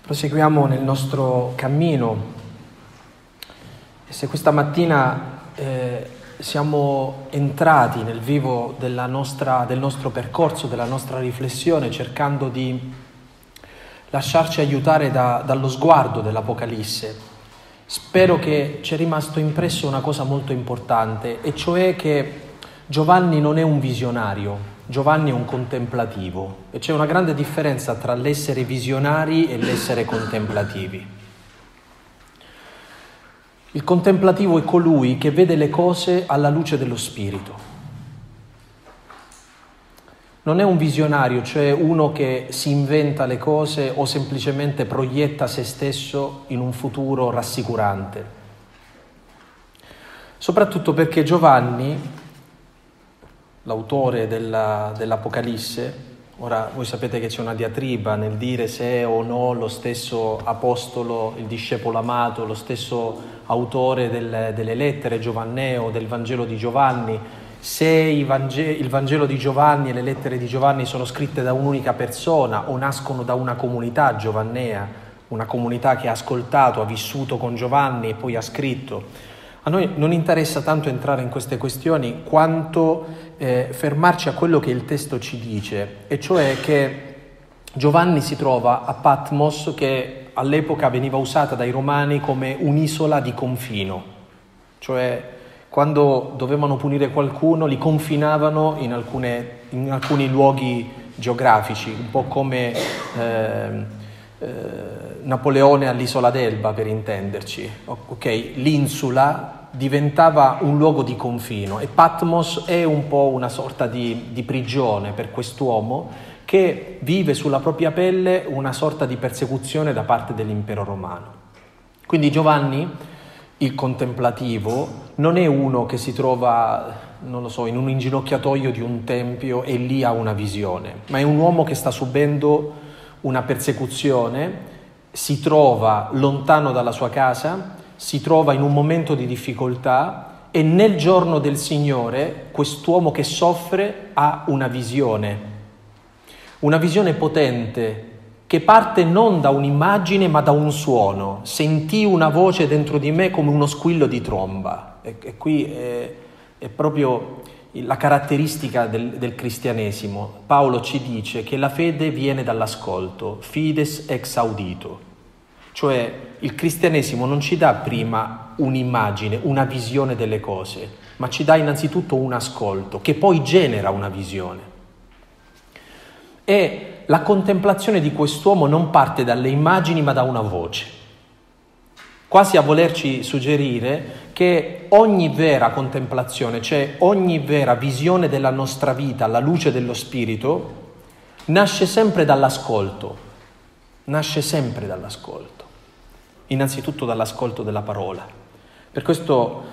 Proseguiamo nel nostro cammino e se questa mattina siamo entrati nel vivo del nostro percorso, della nostra riflessione, cercando di lasciarci aiutare dallo sguardo dell'Apocalisse, spero che ci è rimasto impresso una cosa molto importante, e cioè che Giovanni non è un visionario, Giovanni è un contemplativo, e c'è una grande differenza tra l'essere visionari e l'essere contemplativi. Il contemplativo è colui che vede le cose alla luce dello Spirito. Non è un visionario, cioè uno che si inventa le cose o semplicemente proietta se stesso in un futuro rassicurante. Soprattutto perché Giovanni, l'autore dell'Apocalisse, ora voi sapete che c'è una diatriba nel dire se o no lo stesso apostolo, il discepolo amato, lo stesso autore delle lettere giovanneo, del Vangelo di Giovanni, se il Vangelo di Giovanni e le lettere di Giovanni sono scritte da un'unica persona o nascono da una comunità giovannea, una comunità che ha ascoltato, ha vissuto con Giovanni e poi ha scritto. A noi non interessa tanto entrare in queste questioni quanto fermarci a quello che il testo ci dice, e cioè che Giovanni si trova a Patmos, che all'epoca veniva usata dai romani come un'isola di confino, cioè quando dovevano punire qualcuno li confinavano in alcuni luoghi geografici, un po' come Napoleone all'isola d'Elba, per intenderci. Ok, l'insula diventava un luogo di confino e Patmos è un po' una sorta di prigione per quest'uomo che vive sulla propria pelle una sorta di persecuzione da parte dell'impero romano. Quindi Giovanni, il contemplativo, non è uno che si trova, non lo so, in un inginocchiatoio di un tempio e lì ha una visione, ma è un uomo che sta subendo una persecuzione, si trova lontano dalla sua casa, si trova in un momento di difficoltà e nel giorno del Signore quest'uomo che soffre ha una visione potente che parte non da un'immagine ma da un suono. Sentii una voce dentro di me come uno squillo di tromba. E qui è proprio la caratteristica del cristianesimo. Paolo ci dice che la fede viene dall'ascolto, fides ex audito. Cioè il cristianesimo non ci dà prima un'immagine, una visione delle cose, ma ci dà innanzitutto un ascolto che poi genera una visione. E la contemplazione di quest'uomo non parte dalle immagini ma da una voce, quasi a volerci suggerire che ogni vera contemplazione, cioè ogni vera visione della nostra vita alla luce dello Spirito, nasce sempre dall'ascolto, innanzitutto dall'ascolto della parola. Per questo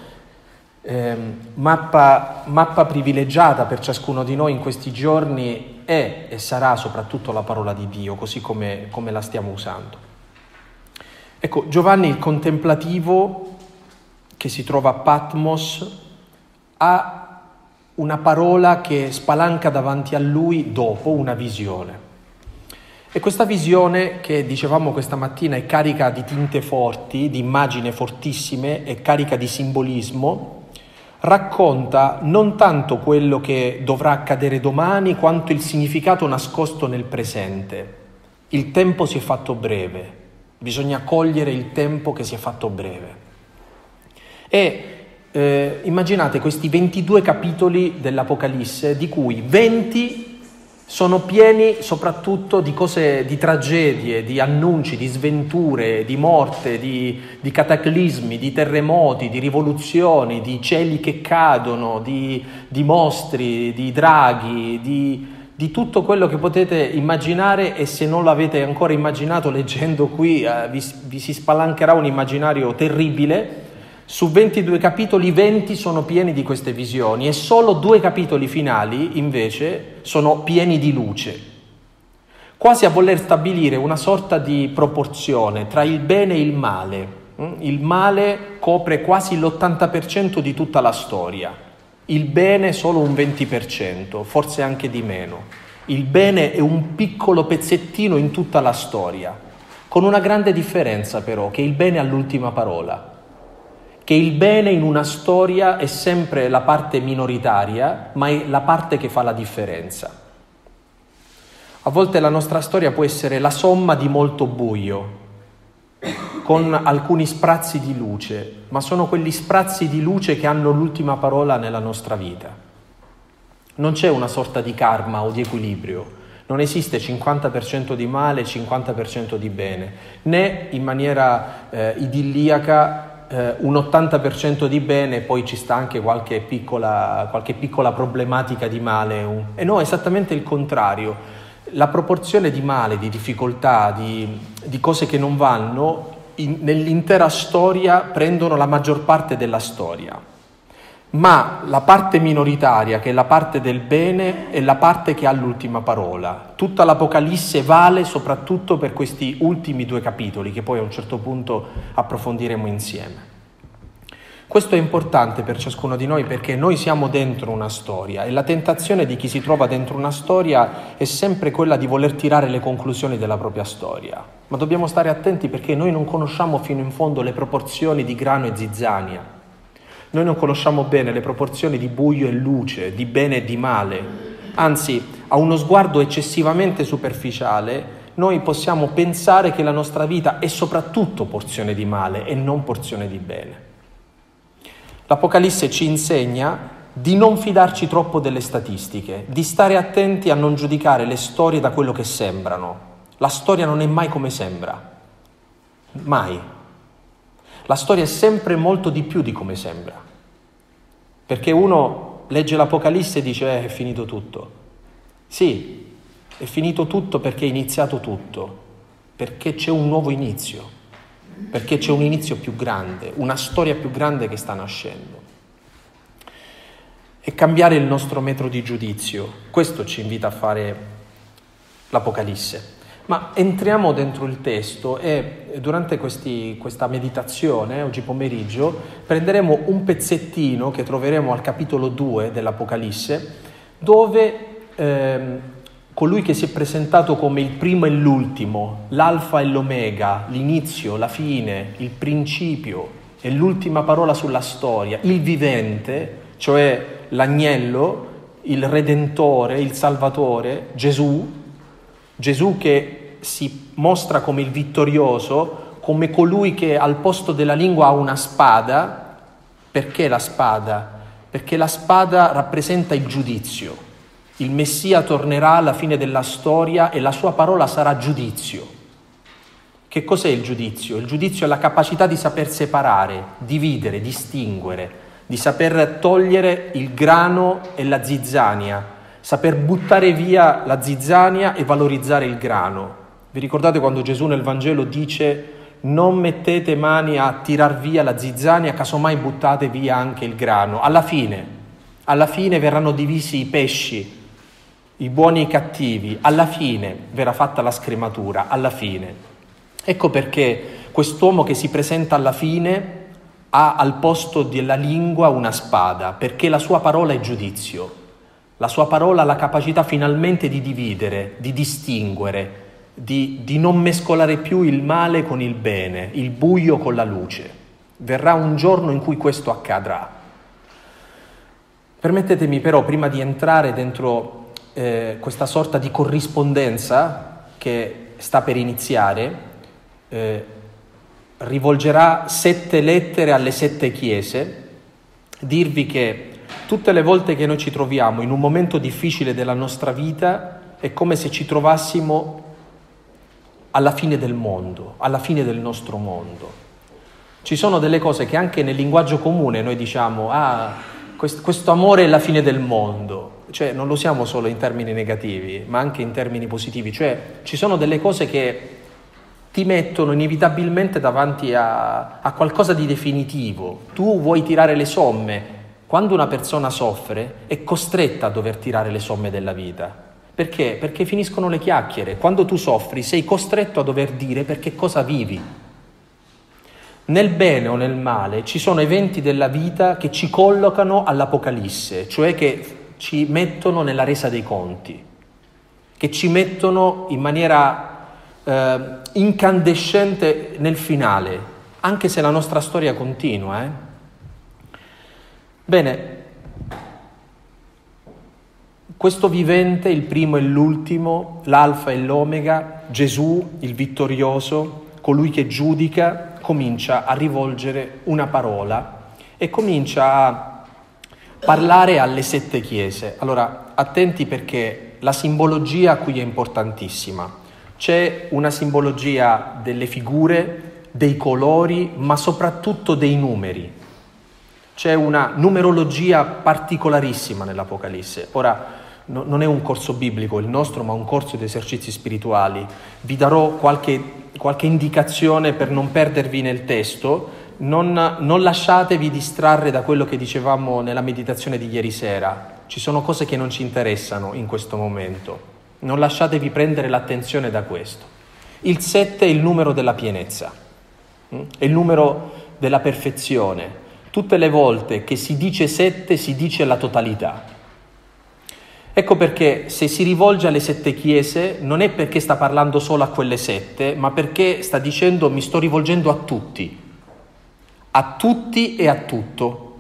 mappa privilegiata per ciascuno di noi in questi giorni è e sarà soprattutto la parola di Dio, così come la stiamo usando. Ecco, Giovanni il contemplativo che si trova a Patmos ha una parola che spalanca davanti a lui dopo una visione. E questa visione, che dicevamo questa mattina è carica di tinte forti, di immagini fortissime, è carica di simbolismo, racconta non tanto quello che dovrà accadere domani, quanto il significato nascosto nel presente. Il tempo si è fatto breve, bisogna cogliere il tempo che si è fatto breve. E immaginate questi 22 capitoli dell'Apocalisse, di cui 20 sono pieni soprattutto di cose, di tragedie, di annunci, di sventure, di morte, di cataclismi, di terremoti, di rivoluzioni, di cieli che cadono, di mostri, di draghi, di tutto quello che potete immaginare, e se non l'avete ancora immaginato leggendo qui vi si spalancherà un immaginario terribile. Su 22 capitoli, 20 sono pieni di queste visioni e solo 2 capitoli finali, invece, sono pieni di luce. Quasi a voler stabilire una sorta di proporzione tra il bene e il male. Il male copre quasi l'80% di tutta la storia, il bene solo un 20%, forse anche di meno. Il bene è un piccolo pezzettino in tutta la storia. con una grande differenza però, che il bene ha l'ultima parola, che il bene in una storia è sempre la parte minoritaria, ma è la parte che fa la differenza. A volte la nostra storia può essere la somma di molto buio, con alcuni sprazzi di luce, ma sono quegli sprazzi di luce che hanno l'ultima parola nella nostra vita. Non c'è una sorta di karma o di equilibrio, non esiste 50% di male e 50% di bene, né in maniera idilliaca un 80% di bene e poi ci sta anche qualche piccola problematica di male. E no, è esattamente il contrario. La proporzione di male, di difficoltà, di cose che non vanno, nell'intera storia prendono la maggior parte della storia. Ma la parte minoritaria, che è la parte del bene, è la parte che ha l'ultima parola. Tutta l'Apocalisse vale soprattutto per questi ultimi 2 capitoli, che poi a un certo punto approfondiremo insieme. Questo è importante per ciascuno di noi perché noi siamo dentro una storia e la tentazione di chi si trova dentro una storia è sempre quella di voler tirare le conclusioni della propria storia. Ma dobbiamo stare attenti perché noi non conosciamo fino in fondo le proporzioni di grano e zizzania. Noi non conosciamo bene le proporzioni di buio e luce, di bene e di male. Anzi, a uno sguardo eccessivamente superficiale, noi possiamo pensare che la nostra vita è soprattutto porzione di male e non porzione di bene. L'Apocalisse ci insegna di non fidarci troppo delle statistiche, di stare attenti a non giudicare le storie da quello che sembrano. La storia non è mai come sembra, mai. La storia è sempre molto di più di come sembra, perché uno legge l'Apocalisse e dice è finito tutto. Sì, è finito tutto perché è iniziato tutto, perché c'è un nuovo inizio. Perché c'è un inizio più grande, una storia più grande che sta nascendo. E cambiare il nostro metro di giudizio, questo ci invita a fare l'Apocalisse. Ma entriamo dentro il testo e durante questa meditazione, oggi pomeriggio, prenderemo un pezzettino che troveremo al capitolo 2 dell'Apocalisse, dove colui che si è presentato come il primo e l'ultimo, l'alfa e l'omega, l'inizio, la fine, il principio e l'ultima parola sulla storia, il vivente, cioè l'agnello, il redentore, il salvatore, Gesù che si mostra come il vittorioso, come colui che al posto della lingua ha una spada. Perché la spada? Perché la spada rappresenta il giudizio. Il Messia tornerà alla fine della storia e la sua parola sarà giudizio. Che cos'è il giudizio? Il giudizio è la capacità di saper separare, dividere, distinguere, di saper togliere il grano e la zizzania, saper buttare via la zizzania e valorizzare il grano. Vi ricordate quando Gesù nel Vangelo dice non mettete mani a tirar via la zizzania, casomai buttate via anche il grano. Alla fine verranno divisi i pesci, i buoni e i cattivi, alla fine verrà fatta la scrematura, alla fine. Ecco perché quest'uomo che si presenta alla fine ha al posto della lingua una spada, perché la sua parola è giudizio. La sua parola ha la capacità finalmente di dividere, di distinguere, di non mescolare più il male con il bene, il buio con la luce. Verrà un giorno in cui questo accadrà. Permettetemi però, prima di entrare dentro questa sorta di corrispondenza che sta per iniziare, rivolgerà 7 lettere alle 7 chiese, dirvi che tutte le volte che noi ci troviamo in un momento difficile della nostra vita è come se ci trovassimo alla fine del mondo, alla fine del nostro mondo. Ci sono delle cose che anche nel linguaggio comune noi diciamo questo amore è la fine del mondo. Cioè non lo usiamo solo in termini negativi, ma anche in termini positivi. Cioè ci sono delle cose che ti mettono inevitabilmente davanti a qualcosa di definitivo. Tu vuoi tirare le somme. Quando una persona soffre è costretta a dover tirare le somme della vita. Perché? Perché finiscono le chiacchiere. Quando tu soffri sei costretto a dover dire per che cosa vivi. Nel bene o nel male ci sono eventi della vita che ci collocano all'Apocalisse, cioè che ci mettono nella resa dei conti, che ci mettono in maniera incandescente nel finale, anche se la nostra storia continua. Bene, questo vivente, il primo e l'ultimo, l'alfa e l'omega, Gesù, il vittorioso, colui che giudica, comincia a rivolgere una parola e comincia a parlare alle 7 chiese. Allora, attenti perché la simbologia qui è importantissima. C'è una simbologia delle figure, dei colori, ma soprattutto dei numeri. C'è una numerologia particolarissima nell'Apocalisse. Ora, non è un corso biblico il nostro, ma un corso di esercizi spirituali. Vi darò qualche indicazione per non perdervi nel testo. Non lasciatevi distrarre da quello che dicevamo nella meditazione di ieri sera. Ci sono cose che non ci interessano in questo momento. Non lasciatevi prendere l'attenzione da questo. Il 7 è il numero della pienezza, è il numero della perfezione. Tutte le volte che si dice 7 si dice la totalità. Ecco perché se si rivolge alle 7 chiese non è perché sta parlando solo a quelle 7, ma perché sta dicendo mi sto rivolgendo a tutti e a tutto.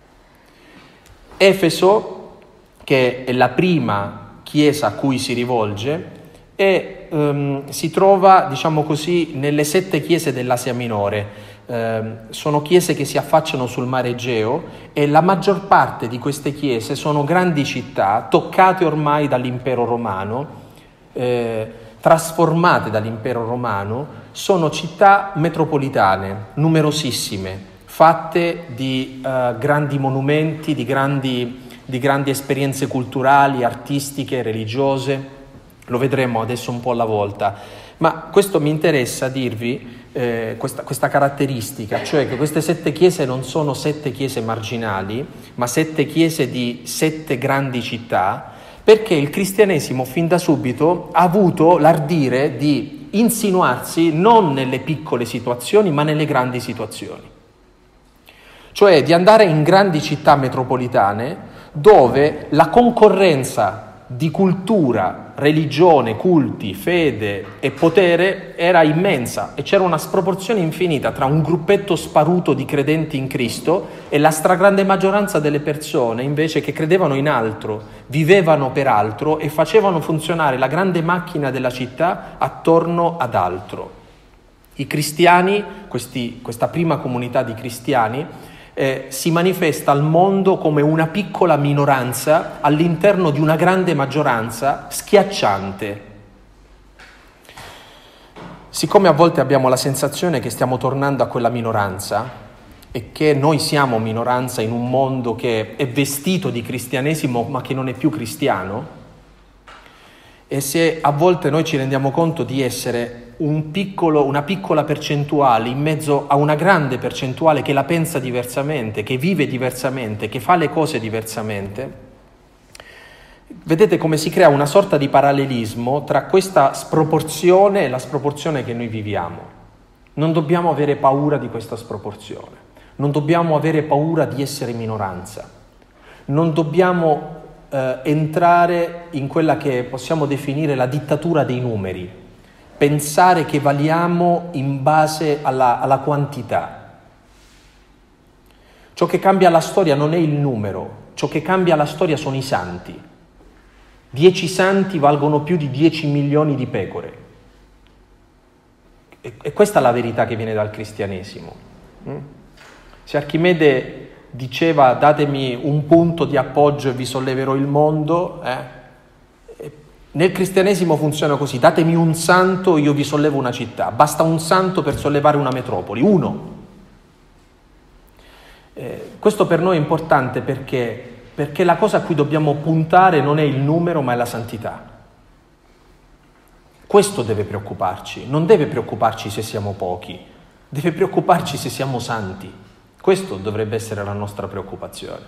Efeso, che è la prima chiesa a cui si rivolge, si trova, diciamo così, nelle 7 chiese dell'Asia Minore. Sono chiese che si affacciano sul mare Egeo e la maggior parte di queste chiese sono grandi città toccate ormai dall'impero romano, trasformate dall'impero romano, sono città metropolitane, numerosissime, fatte di grandi monumenti, di grandi esperienze culturali, artistiche, religiose. Lo vedremo adesso un po' alla volta. Ma questo mi interessa dirvi questa caratteristica, cioè che queste 7 chiese non sono 7 chiese marginali, ma 7 chiese di 7 grandi città, perché il cristianesimo fin da subito ha avuto l'ardire di insinuarsi non nelle piccole situazioni, ma nelle grandi situazioni. Cioè di andare in grandi città metropolitane dove la concorrenza di cultura, religione, culti, fede e potere era immensa e c'era una sproporzione infinita tra un gruppetto sparuto di credenti in Cristo e la stragrande maggioranza delle persone invece che credevano in altro, vivevano per altro e facevano funzionare la grande macchina della città attorno ad altro. I cristiani, questa prima comunità di cristiani, si manifesta al mondo come una piccola minoranza all'interno di una grande maggioranza schiacciante. Siccome a volte abbiamo la sensazione che stiamo tornando a quella minoranza e che noi siamo minoranza in un mondo che è vestito di cristianesimo ma che non è più cristiano, e se a volte noi ci rendiamo conto di essere una piccola percentuale in mezzo a una grande percentuale che la pensa diversamente, che vive diversamente, che fa le cose diversamente, vedete come si crea una sorta di parallelismo tra questa sproporzione e la sproporzione che noi viviamo. Non dobbiamo avere paura di questa sproporzione, non dobbiamo avere paura di essere minoranza, non dobbiamo entrare in quella che possiamo definire la dittatura dei numeri, pensare che valiamo in base alla quantità. Ciò che cambia la storia non è il numero, ciò che cambia la storia sono i santi. 10 santi valgono più di 10 milioni di pecore. E questa è la verità che viene dal cristianesimo. Se Archimede diceva datemi un punto di appoggio e vi solleverò il mondo, nel cristianesimo funziona così: datemi un santo, io vi sollevo una città. Basta un santo per sollevare una metropoli, uno. Questo per noi è importante perché la cosa a cui dobbiamo puntare non è il numero ma è la santità. Questo deve preoccuparci, non deve preoccuparci se siamo pochi, deve preoccuparci se siamo santi. Questo dovrebbe essere la nostra preoccupazione.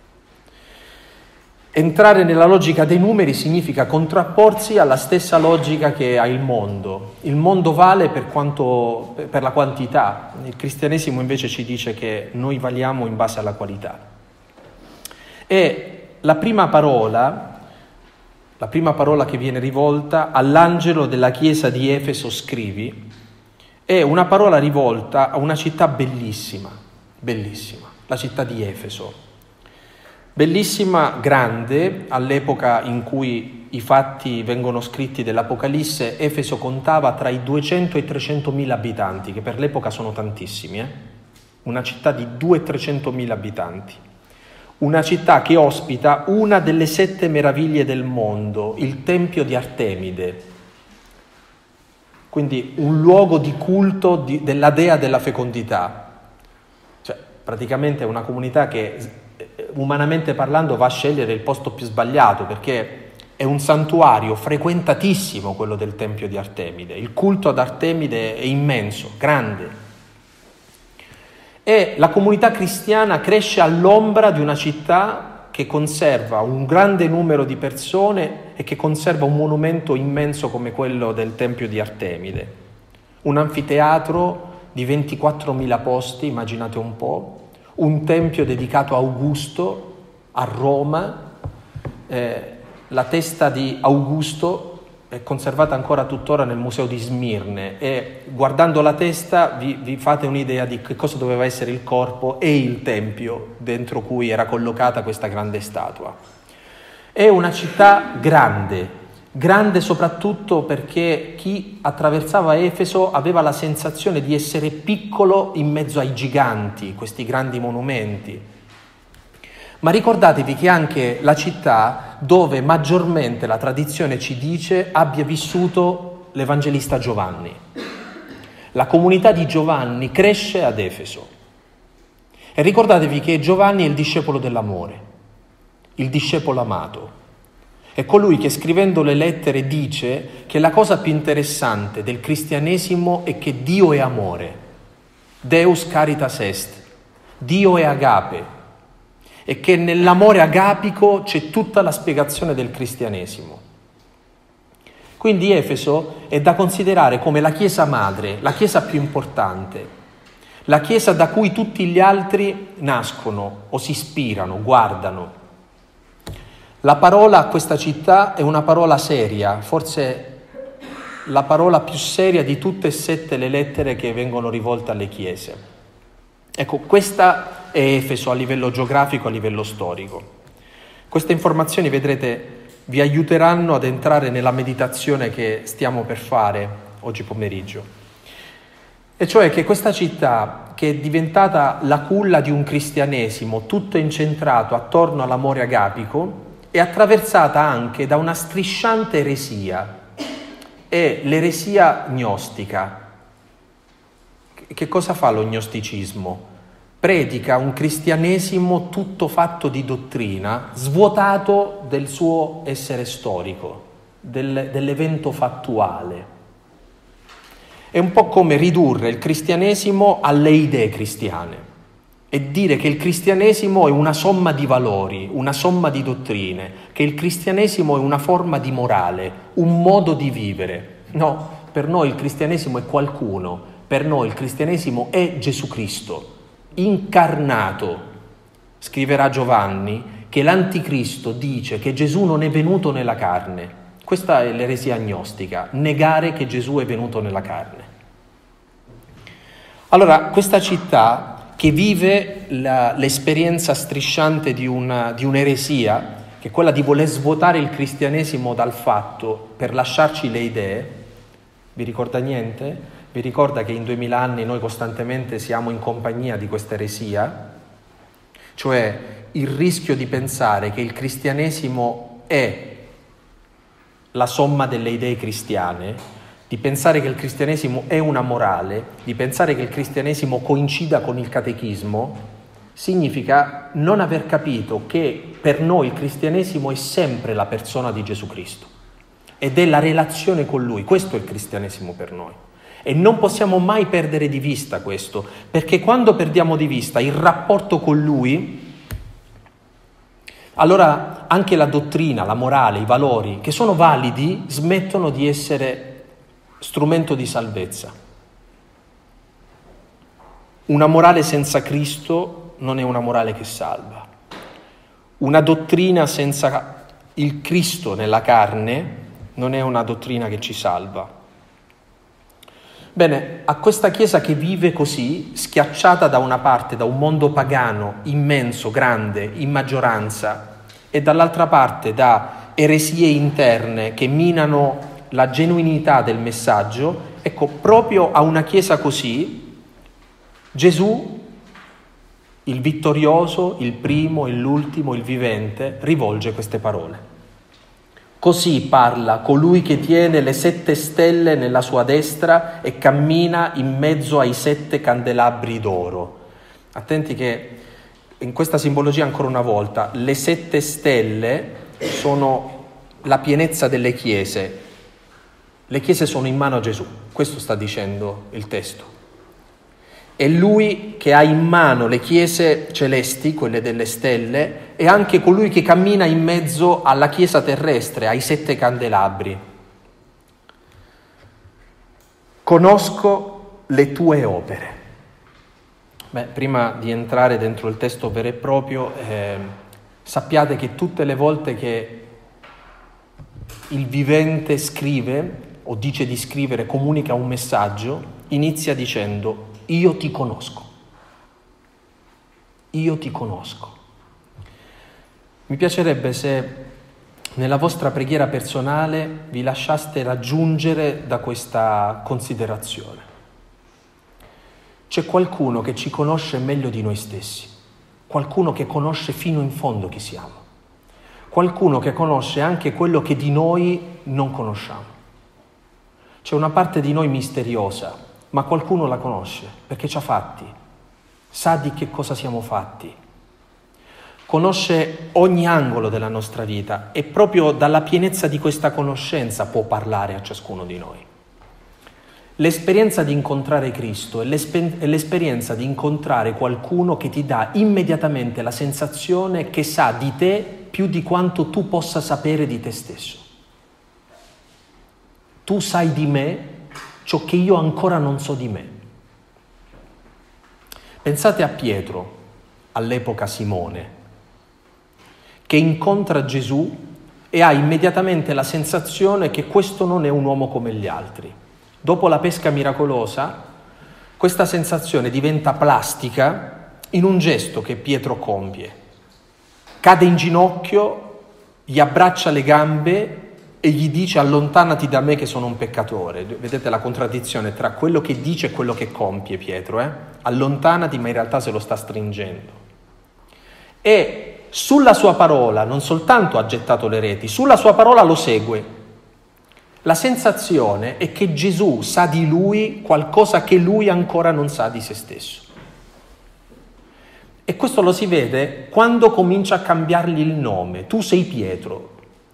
Entrare nella logica dei numeri significa contrapporsi alla stessa logica che ha il mondo. Il mondo vale per la quantità, il cristianesimo invece ci dice che noi valiamo in base alla qualità. E la prima parola la prima parola che viene rivolta all'angelo della chiesa di Efeso scrivi, è una parola rivolta a una città bellissima, bellissima, la città di Efeso. Bellissima, grande, all'epoca in cui i fatti vengono scritti dell'Apocalisse, Efeso contava tra i 200 e i 300 mila abitanti, che per l'epoca sono tantissimi, Una città di 200 e 300 mila abitanti. Una città che ospita una delle 7 meraviglie del mondo, il Tempio di Artemide. Quindi un luogo di culto della dea della fecondità. Cioè, praticamente è una comunità che, umanamente parlando, va a scegliere il posto più sbagliato, perché è un santuario frequentatissimo quello del Tempio di Artemide. Il culto ad Artemide è immenso, grande. E la comunità cristiana cresce all'ombra di una città che conserva un grande numero di persone e che conserva un monumento immenso come quello del Tempio di Artemide. Un anfiteatro di 24.000 posti, immaginate un po', un tempio dedicato a Augusto a Roma, la testa di Augusto è conservata ancora tuttora nel museo di Smirne e guardando la testa vi fate un'idea di che cosa doveva essere il corpo e il tempio dentro cui era collocata questa grande statua. È una città grande, grande soprattutto perché chi attraversava Efeso aveva la sensazione di essere piccolo in mezzo ai giganti, questi grandi monumenti. Ma ricordatevi che anche la città dove maggiormente la tradizione ci dice abbia vissuto l'Evangelista Giovanni. La comunità di Giovanni cresce ad Efeso. E ricordatevi che Giovanni è il discepolo dell'amore, il discepolo amato. È colui che scrivendo le lettere dice che la cosa più interessante del cristianesimo è che Dio è amore. Deus caritas est. Dio è agape. E che nell'amore agapico c'è tutta la spiegazione del cristianesimo. Quindi Efeso è da considerare come la chiesa madre, la chiesa più importante, la chiesa da cui tutti gli altri nascono o si ispirano, guardano. La parola a questa città è una parola seria, forse la parola più seria di tutte e 7 le lettere che vengono rivolte alle chiese. Ecco, questa è Efeso a livello geografico, a livello storico. Queste informazioni, vedrete, vi aiuteranno ad entrare nella meditazione che stiamo per fare oggi pomeriggio. E cioè che questa città, che è diventata la culla di un cristianesimo tutto incentrato attorno all'amore agapico, è attraversata anche da una strisciante eresia, è l'eresia gnostica. Che cosa fa lo gnosticismo? Predica un cristianesimo tutto fatto di dottrina, svuotato del suo essere storico, dell'evento fattuale. È un po' come ridurre il cristianesimo alle idee cristiane e dire che il cristianesimo è una somma di valori, una somma di dottrine, che il cristianesimo è una forma di morale, un modo di vivere. No, per noi il cristianesimo è qualcuno. Per noi il cristianesimo è Gesù Cristo, incarnato. Scriverà Giovanni che l'anticristo dice che Gesù non è venuto nella carne. Questa è l'eresia gnostica, negare che Gesù è venuto nella carne. Allora, questa città che vive l'esperienza strisciante di un'eresia, che è quella di voler svuotare il cristianesimo dal fatto per lasciarci le idee, vi ricorda niente? Vi ricorda che in 2000 anni noi costantemente siamo in compagnia di questa eresia? Cioè il rischio di pensare che il cristianesimo è la somma delle idee cristiane, di pensare che il cristianesimo è una morale, di pensare che il cristianesimo coincida con il catechismo, significa non aver capito che per noi il cristianesimo è sempre la persona di Gesù Cristo ed è la relazione con Lui. Questo è il cristianesimo per noi. E non possiamo mai perdere di vista questo, perché quando perdiamo di vista il rapporto con Lui, allora anche la dottrina, la morale, i valori che sono validi smettono di essere strumento di salvezza. Una morale senza Cristo non è una morale che salva. Una dottrina senza il Cristo nella carne non è una dottrina che ci salva. Bene, a questa Chiesa che vive così, schiacciata da una parte da un mondo pagano immenso, grande, in maggioranza, e dall'altra parte da eresie interne che minano la genuinità del messaggio, ecco, proprio a una Chiesa così, Gesù, il vittorioso, il primo, l'ultimo, il vivente, rivolge queste parole. Così parla colui che tiene le 7 stelle nella sua destra e cammina in mezzo ai 7 candelabri d'oro. Attenti che in questa simbologia, ancora una volta, le 7 stelle sono la pienezza delle chiese. Le chiese sono in mano a Gesù, questo sta dicendo il testo. È lui che ha in mano le chiese celesti, quelle delle stelle, e anche colui che cammina in mezzo alla chiesa terrestre, ai 7 candelabri. Conosco le tue opere. Prima di entrare dentro il testo vero e proprio, sappiate che tutte le volte che il vivente scrive o dice di scrivere, comunica un messaggio, inizia dicendo: io ti conosco. Io ti conosco. Mi piacerebbe se nella vostra preghiera personale vi lasciaste raggiungere da questa considerazione. C'è qualcuno che ci conosce meglio di noi stessi, qualcuno che conosce fino in fondo chi siamo, qualcuno che conosce anche quello che di noi non conosciamo. C'è una parte di noi misteriosa, ma qualcuno la conosce perché ci ha fatti, sa di che cosa siamo fatti, conosce ogni angolo della nostra vita e proprio dalla pienezza di questa conoscenza può parlare a ciascuno di noi. L'esperienza di incontrare Cristo è l'esperienza di incontrare qualcuno che ti dà immediatamente la sensazione che sa di te più di quanto tu possa sapere di te stesso. Tu sai di me ciò che io ancora non so di me. Pensate a Pietro, all'epoca Simone, che incontra Gesù e ha immediatamente la sensazione che questo non è un uomo come gli altri. Dopo la pesca miracolosa, questa sensazione diventa plastica in un gesto che Pietro compie. Cade in ginocchio, gli abbraccia le gambe e gli dice: allontanati da me che sono un peccatore. Vedete la contraddizione tra quello che dice e quello che compie Pietro, Allontanati, ma in realtà se lo sta stringendo. E sulla sua parola non soltanto ha gettato le reti, sulla sua parola lo segue. La sensazione è che Gesù sa di lui qualcosa che lui ancora non sa di se stesso. E questo lo si vede quando comincia a cambiargli il nome. Tu sei Pietro,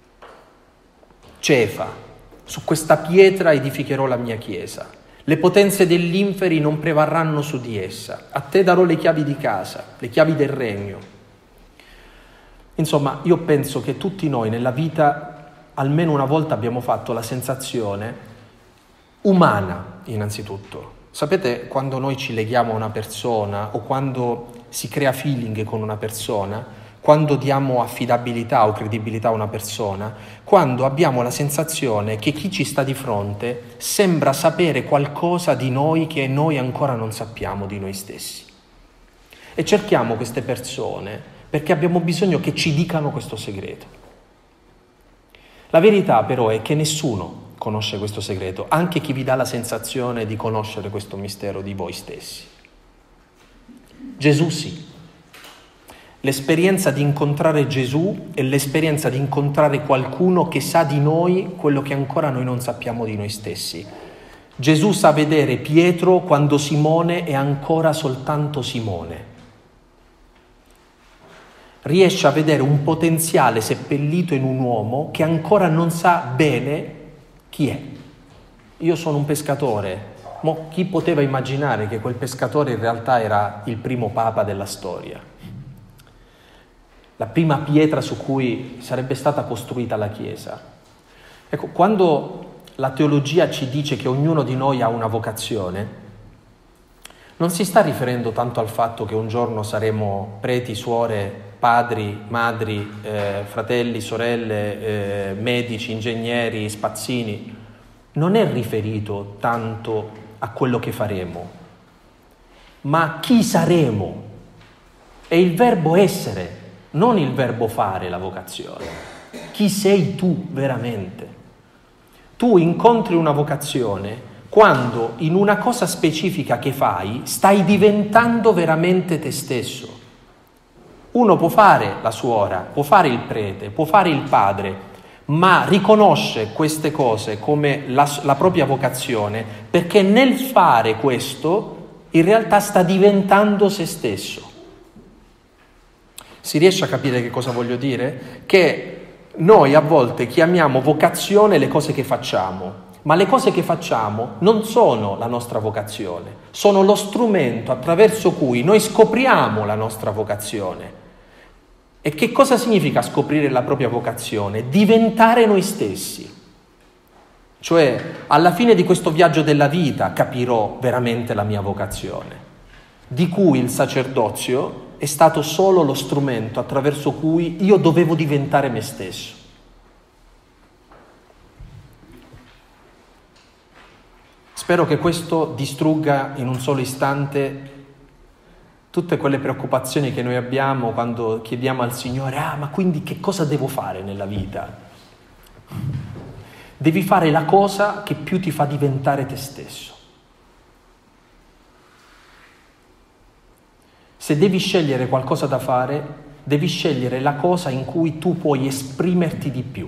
Cefa, su questa pietra edificherò la mia chiesa. Le potenze degli inferi non prevarranno su di essa. A te darò le chiavi di casa, le chiavi del regno. Insomma, io penso che tutti noi nella vita almeno una volta abbiamo fatto la sensazione umana, innanzitutto. Sapete, quando noi ci leghiamo a una persona o quando si crea feeling con una persona, quando diamo affidabilità o credibilità a una persona, quando abbiamo la sensazione che chi ci sta di fronte sembra sapere qualcosa di noi che noi ancora non sappiamo di noi stessi. E cerchiamo queste persone perché abbiamo bisogno che ci dicano questo segreto. La verità però è che nessuno conosce questo segreto, anche chi vi dà la sensazione di conoscere questo mistero di voi stessi. Gesù sì. L'esperienza di incontrare Gesù è l'esperienza di incontrare qualcuno che sa di noi quello che ancora noi non sappiamo di noi stessi. Gesù sa vedere Pietro quando Simone è ancora soltanto Simone. Riesce a vedere un potenziale seppellito in un uomo che ancora non sa bene chi è. Io sono un pescatore, ma chi poteva immaginare che quel pescatore in realtà era il primo papa della storia? La prima pietra su cui sarebbe stata costruita la Chiesa. Ecco, quando la teologia ci dice che ognuno di noi ha una vocazione, non si sta riferendo tanto al fatto che un giorno saremo preti, suore, padri, madri, fratelli, sorelle, medici, ingegneri, spazzini. Non è riferito tanto a quello che faremo, ma a chi saremo. È il verbo essere, non il verbo fare la vocazione. Chi sei tu veramente? Tu incontri una vocazione quando in una cosa specifica che fai stai diventando veramente te stesso. Uno può fare la suora, può fare il prete, può fare il padre, ma riconosce queste cose come la propria vocazione perché nel fare questo in realtà sta diventando se stesso. Si riesce a capire che cosa voglio dire? Che noi a volte chiamiamo vocazione le cose che facciamo, ma le cose che facciamo non sono la nostra vocazione, sono lo strumento attraverso cui noi scopriamo la nostra vocazione. E che cosa significa scoprire la propria vocazione? Diventare noi stessi. Cioè, alla fine di questo viaggio della vita capirò veramente la mia vocazione, di cui il sacerdozio è stato solo lo strumento attraverso cui io dovevo diventare me stesso. Spero che questo distrugga in un solo istante tutte quelle preoccupazioni che noi abbiamo quando chiediamo al Signore: ma quindi che cosa devo fare nella vita? Devi fare la cosa che più ti fa diventare te stesso. Se devi scegliere qualcosa da fare, devi scegliere la cosa in cui tu puoi esprimerti di più.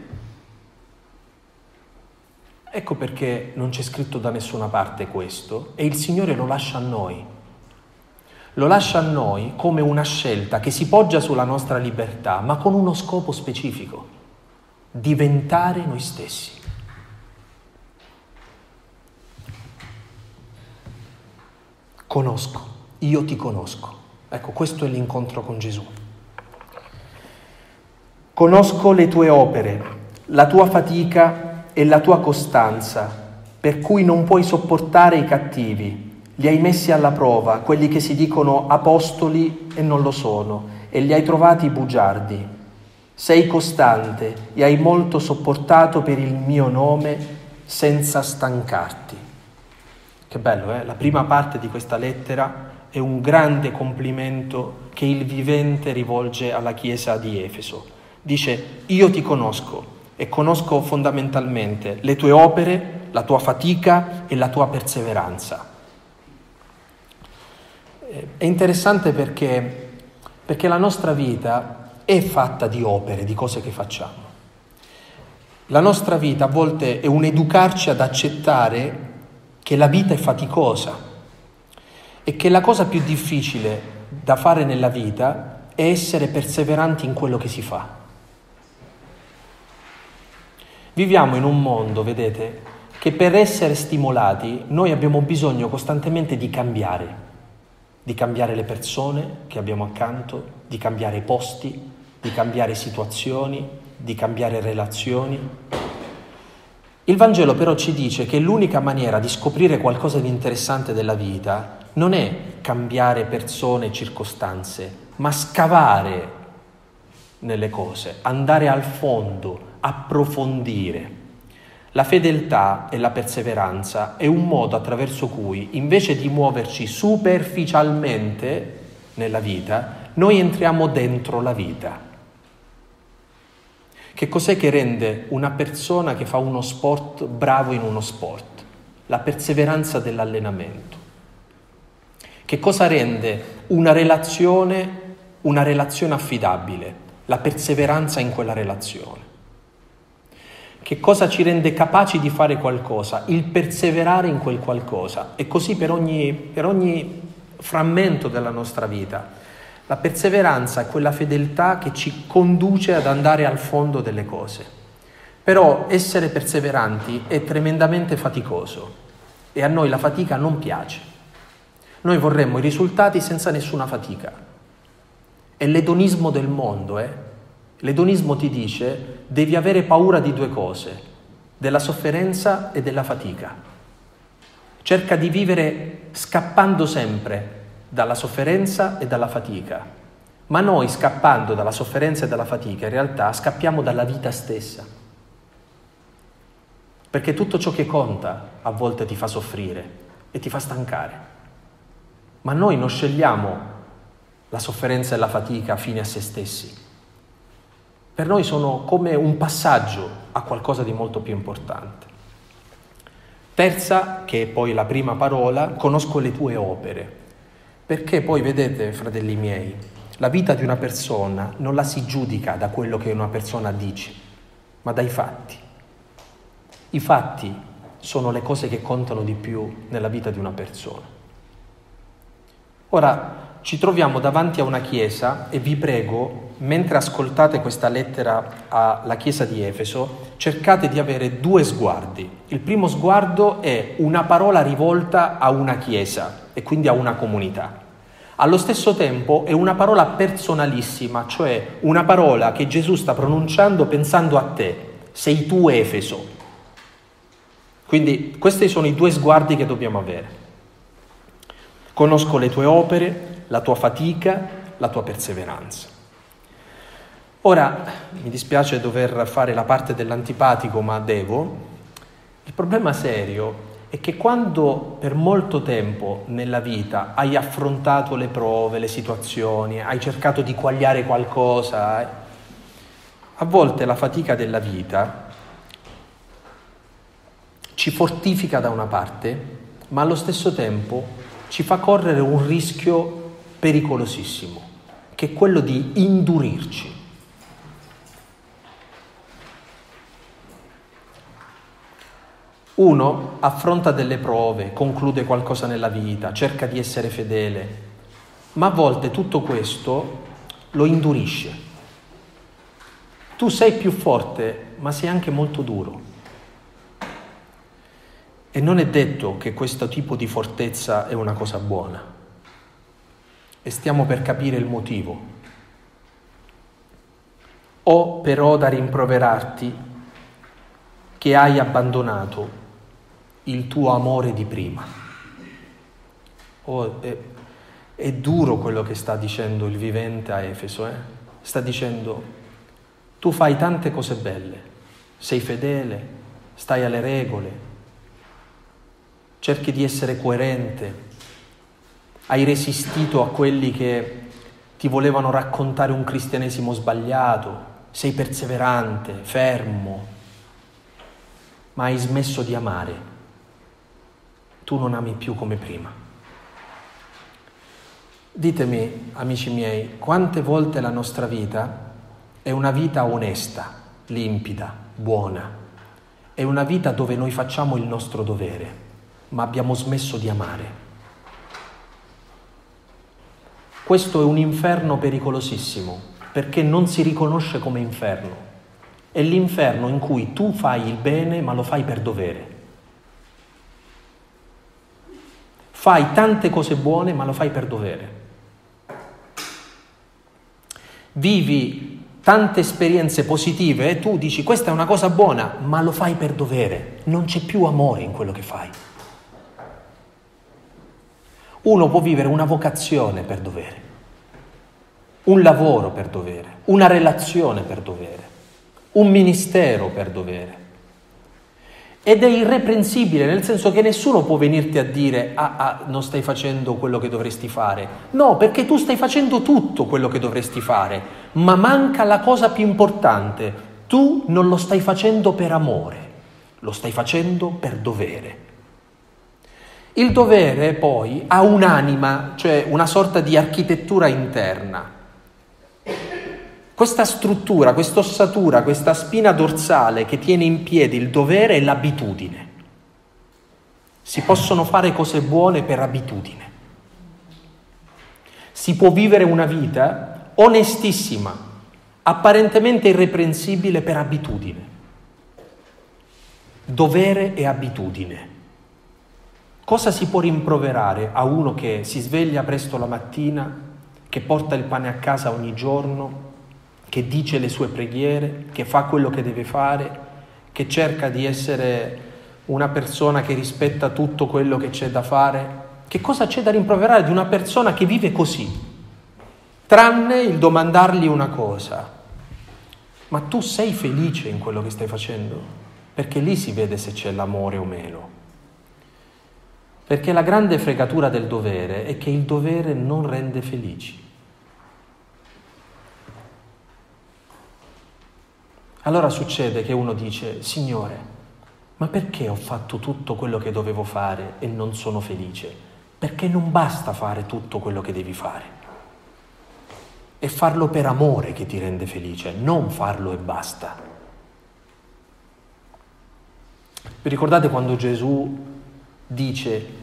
Ecco perché non c'è scritto da nessuna parte questo, e il Signore lo lascia a noi. Lo lascia a noi come una scelta che si poggia sulla nostra libertà, ma con uno scopo specifico: diventare noi stessi. Conosco, io ti conosco. Ecco, questo è l'incontro con Gesù. Conosco le tue opere, la tua fatica e la tua costanza, per cui non puoi sopportare i cattivi. Li hai messi alla prova, quelli che si dicono apostoli e non lo sono, e li hai trovati bugiardi. Sei costante e hai molto sopportato per il mio nome senza stancarti. Che bello, eh? La prima parte di questa lettera è un grande complimento che il vivente rivolge alla Chiesa di Efeso. Dice: io ti conosco e conosco fondamentalmente le tue opere, la tua fatica e la tua perseveranza. È interessante perché la nostra vita è fatta di opere, di cose che facciamo. La nostra vita a volte è un educarci ad accettare che la vita è faticosa e che la cosa più difficile da fare nella vita è essere perseveranti in quello che si fa. Viviamo in un mondo, vedete, che per essere stimolati noi abbiamo bisogno costantemente di cambiare le persone che abbiamo accanto, di cambiare i posti, di cambiare situazioni, di cambiare relazioni. Il Vangelo però ci dice che l'unica maniera di scoprire qualcosa di interessante della vita non è cambiare persone e circostanze, ma scavare nelle cose, andare al fondo, approfondire. La fedeltà e la perseveranza è un modo attraverso cui, invece di muoverci superficialmente nella vita, noi entriamo dentro la vita. Che cos'è che rende una persona che fa uno sport bravo in uno sport? La perseveranza dell'allenamento. Che cosa rende una relazione affidabile? La perseveranza in quella relazione. Che cosa ci rende capaci di fare qualcosa? Il perseverare in quel qualcosa. E così per ogni frammento della nostra vita. La perseveranza è quella fedeltà che ci conduce ad andare al fondo delle cose. Però essere perseveranti è tremendamente faticoso e a noi la fatica non piace. Noi vorremmo i risultati senza nessuna fatica. È l'edonismo del mondo, L'edonismo ti dice: devi avere paura di due cose, della sofferenza e della fatica. Cerca di vivere scappando sempre dalla sofferenza e dalla fatica, ma noi scappando dalla sofferenza e dalla fatica in realtà scappiamo dalla vita stessa, perché tutto ciò che conta a volte ti fa soffrire e ti fa stancare, ma noi non scegliamo la sofferenza e la fatica fine a se stessi. Per noi sono come un passaggio a qualcosa di molto più importante. Terza, che è poi la prima parola, conosco le tue opere. Perché poi, vedete, fratelli miei, la vita di una persona non la si giudica da quello che una persona dice, ma dai fatti. I fatti sono le cose che contano di più nella vita di una persona. Ora, ci troviamo davanti a una chiesa e vi prego, mentre ascoltate questa lettera alla chiesa di Efeso, cercate di avere due sguardi. Il primo sguardo è una parola rivolta a una chiesa e quindi a una comunità. Allo stesso tempo è una parola personalissima, cioè una parola che Gesù sta pronunciando pensando a te. Sei tu Efeso. Quindi questi sono i due sguardi che dobbiamo avere. Conosco le tue opere, la tua fatica, la tua perseveranza. Ora, mi dispiace dover fare la parte dell'antipatico, ma devo. Il problema serio è che quando per molto tempo nella vita hai affrontato le prove, le situazioni, hai cercato di quagliare qualcosa, a volte la fatica della vita ci fortifica da una parte, ma allo stesso tempo ci fa correre un rischio pericolosissimo, che è quello di indurirci. Uno affronta delle prove, conclude qualcosa nella vita, cerca di essere fedele, ma a volte tutto questo lo indurisce. Tu sei più forte, ma sei anche molto duro. E non è detto che questo tipo di fortezza è una cosa buona. E stiamo per capire il motivo. Ho però da rimproverarti che hai abbandonato il tuo amore di prima. È duro quello che sta dicendo il vivente a Efeso. Sta dicendo, tu fai tante cose belle, sei fedele, stai alle regole, cerchi di essere coerente, hai resistito a quelli che ti volevano raccontare un cristianesimo sbagliato, sei perseverante, fermo, ma hai smesso di amare. Tu non ami più come prima. Ditemi, amici miei, quante volte la nostra vita è una vita onesta, limpida, buona, è una vita dove noi facciamo il nostro dovere, ma abbiamo smesso di amare. Questo è un inferno pericolosissimo, perché non si riconosce come inferno. È l'inferno in cui tu fai il bene, ma lo fai per dovere. Fai tante cose buone, ma lo fai per dovere. Vivi tante esperienze positive e tu dici questa è una cosa buona, ma lo fai per dovere. Non c'è più amore in quello che fai. Uno può vivere una vocazione per dovere, un lavoro per dovere, una relazione per dovere, un ministero per dovere. Ed è irreprensibile, nel senso che nessuno può venirti a dire non stai facendo quello che dovresti fare. No, perché tu stai facendo tutto quello che dovresti fare, ma manca la cosa più importante. Tu non lo stai facendo per amore, lo stai facendo per dovere. Il dovere poi ha un'anima, cioè una sorta di architettura interna. Questa struttura, questa ossatura, questa spina dorsale che tiene in piedi il dovere è l'abitudine. Si possono fare cose buone per abitudine. Si può vivere una vita onestissima, apparentemente irreprensibile per abitudine. Dovere e abitudine. Cosa si può rimproverare a uno che si sveglia presto la mattina, che porta il pane a casa ogni giorno, che dice le sue preghiere, che fa quello che deve fare, che cerca di essere una persona che rispetta tutto quello che c'è da fare, Che cosa c'è da rimproverare di una persona che vive così? Tranne il domandargli una cosa: ma tu sei felice in quello che stai facendo? Perché lì si vede se c'è l'amore o meno. Perché la grande fregatura del dovere è che il dovere non rende felici. Allora succede che uno dice: Signore, ma perché ho fatto tutto quello che dovevo fare e non sono felice? Perché non basta fare tutto quello che devi fare. È farlo per amore che ti rende felice, non farlo e basta. Vi ricordate quando Gesù dice: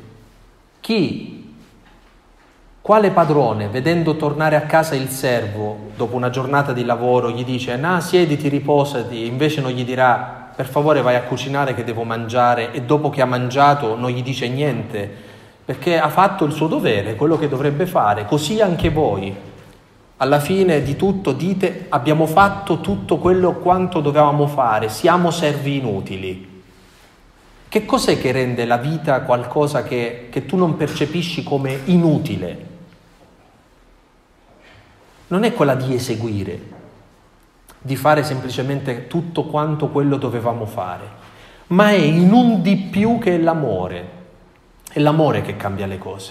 quale padrone, vedendo tornare a casa il servo dopo una giornata di lavoro, gli dice: no, siediti, riposati, invece non gli dirà: per favore vai a cucinare che devo mangiare, e dopo che ha mangiato non gli dice niente, perché ha fatto il suo dovere, quello che dovrebbe fare. Così anche voi, alla fine di tutto, dite: abbiamo fatto tutto quello quanto dovevamo fare, siamo servi inutili. Che cos'è che rende la vita qualcosa che tu non percepisci come inutile? Non è quella di eseguire, di fare semplicemente tutto quanto quello dovevamo fare, ma è in un di più che è l'amore. È l'amore che cambia le cose.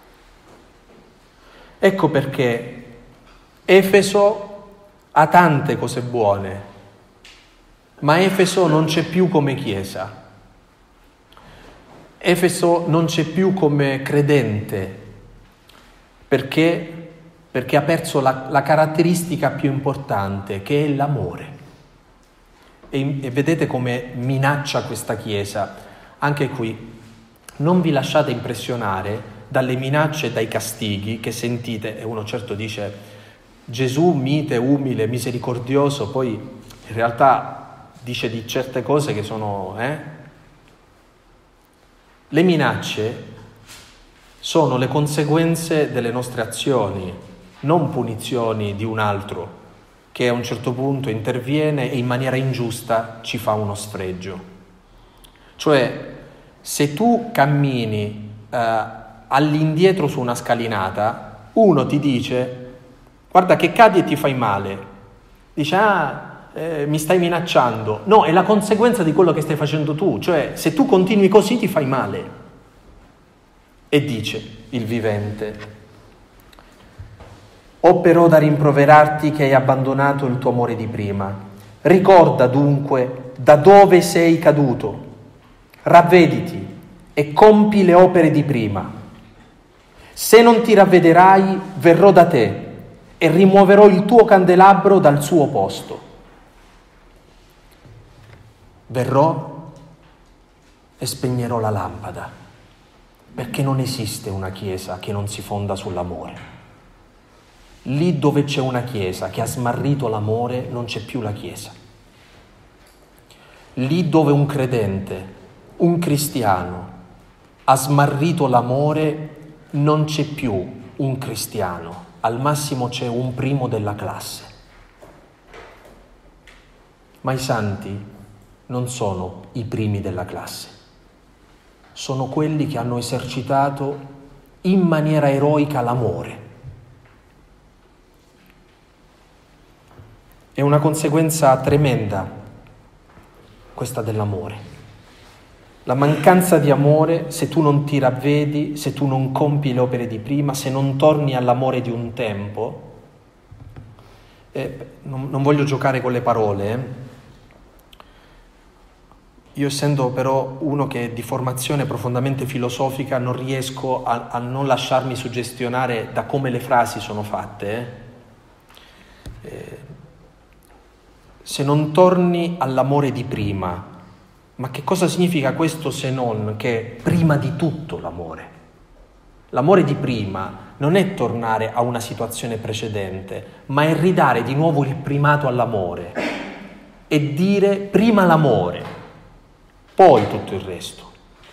Ecco perché Efeso ha tante cose buone, ma Efeso non c'è più come chiesa. Efeso non c'è più come credente, perché ha perso la caratteristica più importante, che è l'amore. E vedete come minaccia questa chiesa. Anche qui, non vi lasciate impressionare dalle minacce e dai castighi che sentite. E uno certo dice: Gesù mite, umile, misericordioso, poi in realtà dice di certe cose che sono... Le minacce sono le conseguenze delle nostre azioni, non punizioni di un altro che a un certo punto interviene e in maniera ingiusta ci fa uno sfregio. Cioè, se tu cammini all'indietro su una scalinata, uno ti dice: guarda che cadi e ti fai male. Dice: mi stai minacciando. No, è la conseguenza di quello che stai facendo tu. Cioè, se tu continui così ti fai male. E dice il vivente: ho però da rimproverarti che hai abbandonato il tuo amore di prima. Ricorda dunque da dove sei caduto. Ravvediti e compi le opere di prima. Se non ti ravvederai, verrò da te e rimuoverò il tuo candelabro dal suo posto. Verrò e spegnerò la lampada, perché non esiste una chiesa che non si fonda sull'amore. Lì dove c'è una chiesa che ha smarrito l'amore, non c'è più la chiesa. Lì dove un credente, un cristiano, ha smarrito l'amore, non c'è più un cristiano, al massimo c'è un primo della classe. Ma i santi non sono i primi della classe, sono quelli che hanno esercitato in maniera eroica l'amore. È una conseguenza tremenda questa dell'amore. La mancanza di amore, se tu non ti ravvedi, se tu non compi le opere di prima, se non torni all'amore di un tempo, non voglio giocare con le parole, Io essendo però uno che è di formazione profondamente filosofica non riesco a non lasciarmi suggestionare da come le frasi sono fatte. Se non torni all'amore di prima, ma che cosa significa questo se non che prima di tutto l'amore? L'amore di prima non è tornare a una situazione precedente, ma è ridare di nuovo il primato all'amore e dire prima l'amore, poi tutto il resto.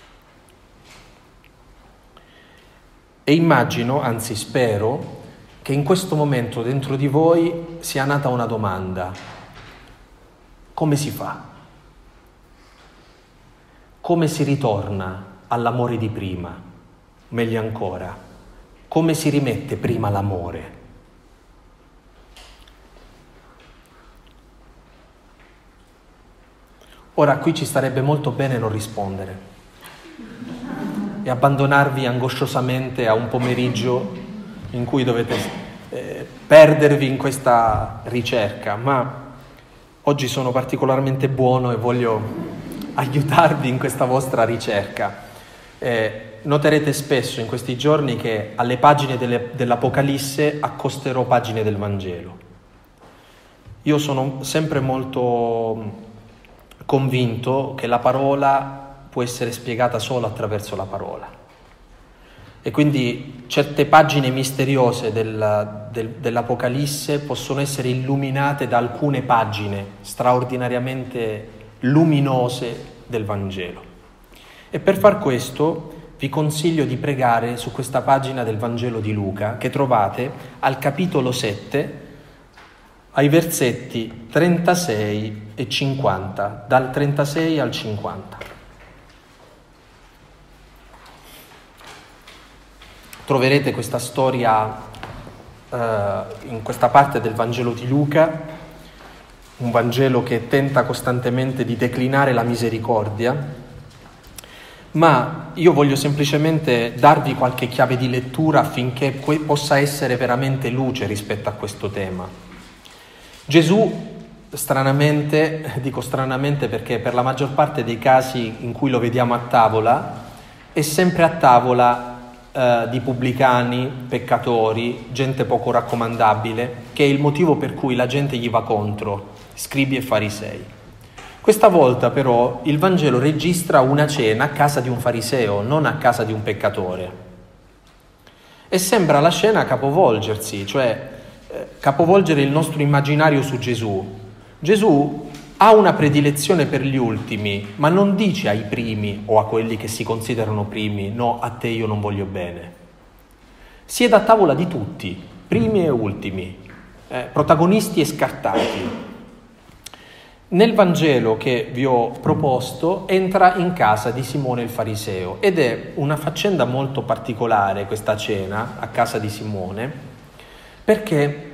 E immagino, anzi spero, che in questo momento dentro di voi sia nata una domanda: come si fa? Come si ritorna all'amore di prima? meglio ancora, come si rimette prima l'amore? Ora qui ci starebbe molto bene non rispondere e abbandonarvi angosciosamente a un pomeriggio in cui dovete perdervi in questa ricerca, ma oggi sono particolarmente buono e voglio aiutarvi in questa vostra ricerca. Noterete spesso in questi giorni che alle pagine dell'Apocalisse accosterò pagine del Vangelo. Io sono sempre molto convinto che la parola può essere spiegata solo attraverso la parola. E quindi certe pagine misteriose dell'Apocalisse possono essere illuminate da alcune pagine straordinariamente luminose del Vangelo. E per far questo vi consiglio di pregare su questa pagina del Vangelo di Luca, che trovate al capitolo 7, ai versetti 36 e 50, dal 36 al 50. Troverete questa storia in questa parte del Vangelo di Luca, un Vangelo che tenta costantemente di declinare la misericordia, ma io voglio semplicemente darvi qualche chiave di lettura affinché possa essere veramente luce rispetto a questo tema. Gesù, stranamente, dico stranamente perché per la maggior parte dei casi in cui lo vediamo a tavola, è sempre a tavola di pubblicani, peccatori, gente poco raccomandabile, che è il motivo per cui la gente gli va contro, scribi e farisei. Questa volta però il Vangelo registra una cena a casa di un fariseo, non a casa di un peccatore. E sembra la scena capovolgersi, cioè capovolgere il nostro immaginario su Gesù. Gesù ha una predilezione per gli ultimi, ma non dice ai primi o a quelli che si considerano primi: no, a te io non voglio bene. Siede a tavola di tutti, primi e ultimi, protagonisti e scartati. Nel Vangelo che vi ho proposto entra in casa di Simone il fariseo ed è una faccenda molto particolare questa cena a casa di Simone, perché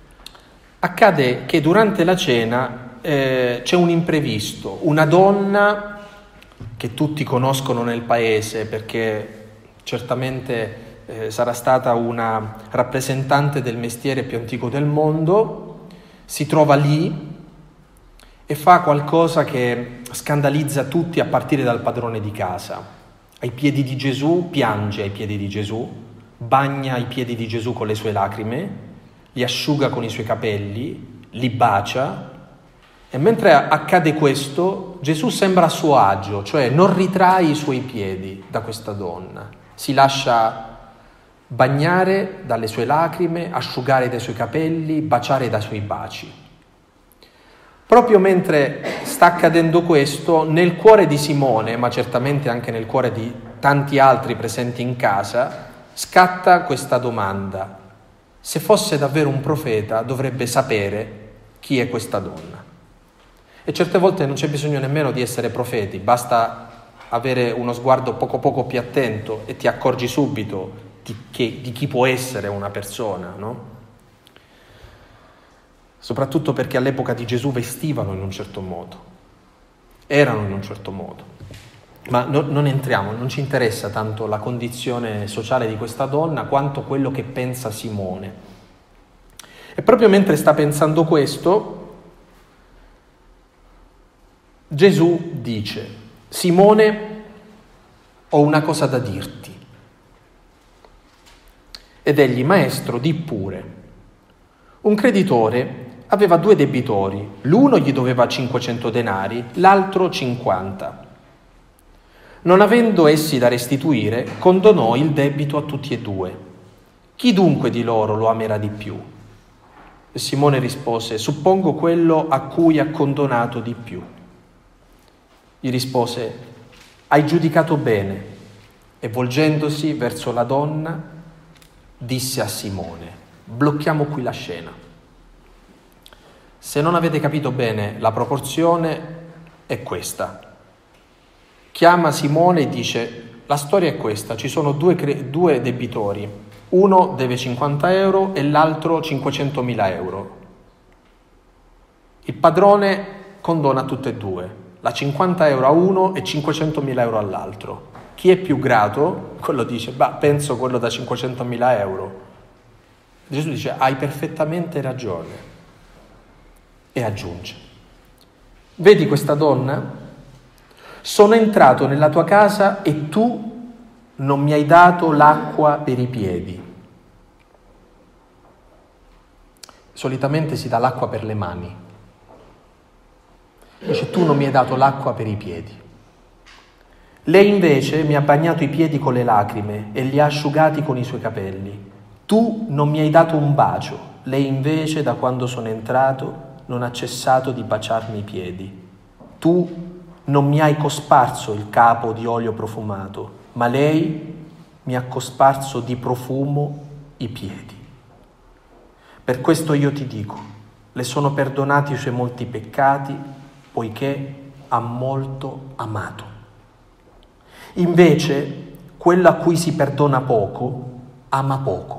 accade che durante la cena c'è un imprevisto, una donna che tutti conoscono nel paese perché certamente sarà stata una rappresentante del mestiere più antico del mondo, si trova lì e fa qualcosa che scandalizza tutti a partire dal padrone di casa. Ai piedi di Gesù, piange ai piedi di Gesù, bagna i piedi di Gesù con le sue lacrime, li asciuga con i suoi capelli, li bacia, e mentre accade questo Gesù sembra a suo agio, cioè non ritrae i suoi piedi da questa donna, si lascia bagnare dalle sue lacrime, asciugare dai suoi capelli, baciare dai suoi baci. Proprio mentre sta accadendo questo, nel cuore di Simone, ma certamente anche nel cuore di tanti altri presenti in casa, scatta questa domanda: se fosse davvero un profeta dovrebbe sapere chi è questa donna. E certe volte non c'è bisogno nemmeno di essere profeti, basta avere uno sguardo poco più attento e ti accorgi subito di chi può essere una persona, no? Soprattutto perché all'epoca di Gesù vestivano in un certo modo, erano in un certo modo. Ma non entriamo, non ci interessa tanto la condizione sociale di questa donna quanto quello che pensa Simone. E proprio mentre sta pensando questo, Gesù dice: Simone, ho una cosa da dirti. Ed egli: maestro, di pure. Un creditore aveva 2 debitori, l'uno gli doveva 500 denari, l'altro 50. Non avendo essi da restituire, condonò il debito a tutti e 2. Chi dunque di loro lo amerà di più? E Simone rispose: suppongo quello a cui ha condonato di più. Gli rispose: hai giudicato bene. E volgendosi verso la donna, disse a Simone: blocchiamo qui la scena. Se non avete capito bene, la proporzione è questa. Chiama Simone e dice: la storia è questa, ci sono due debitori, uno deve 50 euro e l'altro 500.000 euro. Il padrone condona tutte e due, la 50 euro a uno e 500.000 euro all'altro. Chi è più grato? Quello dice, penso quello da 500.000 euro. Gesù dice, hai perfettamente ragione. E aggiunge, vedi questa donna? Sono entrato nella tua casa e tu non mi hai dato l'acqua per i piedi. Solitamente si dà l'acqua per le mani. Dice, tu non mi hai dato l'acqua per i piedi. Lei invece mi ha bagnato i piedi con le lacrime e li ha asciugati con i suoi capelli. Tu non mi hai dato un bacio. Lei invece, da quando sono entrato, non ha cessato di baciarmi i piedi. Tu non mi hai cosparso il capo di olio profumato, ma lei mi ha cosparso di profumo i piedi. Per questo io ti dico, le sono perdonati i suoi molti peccati, poiché ha molto amato. Invece, quello a cui si perdona poco, ama poco.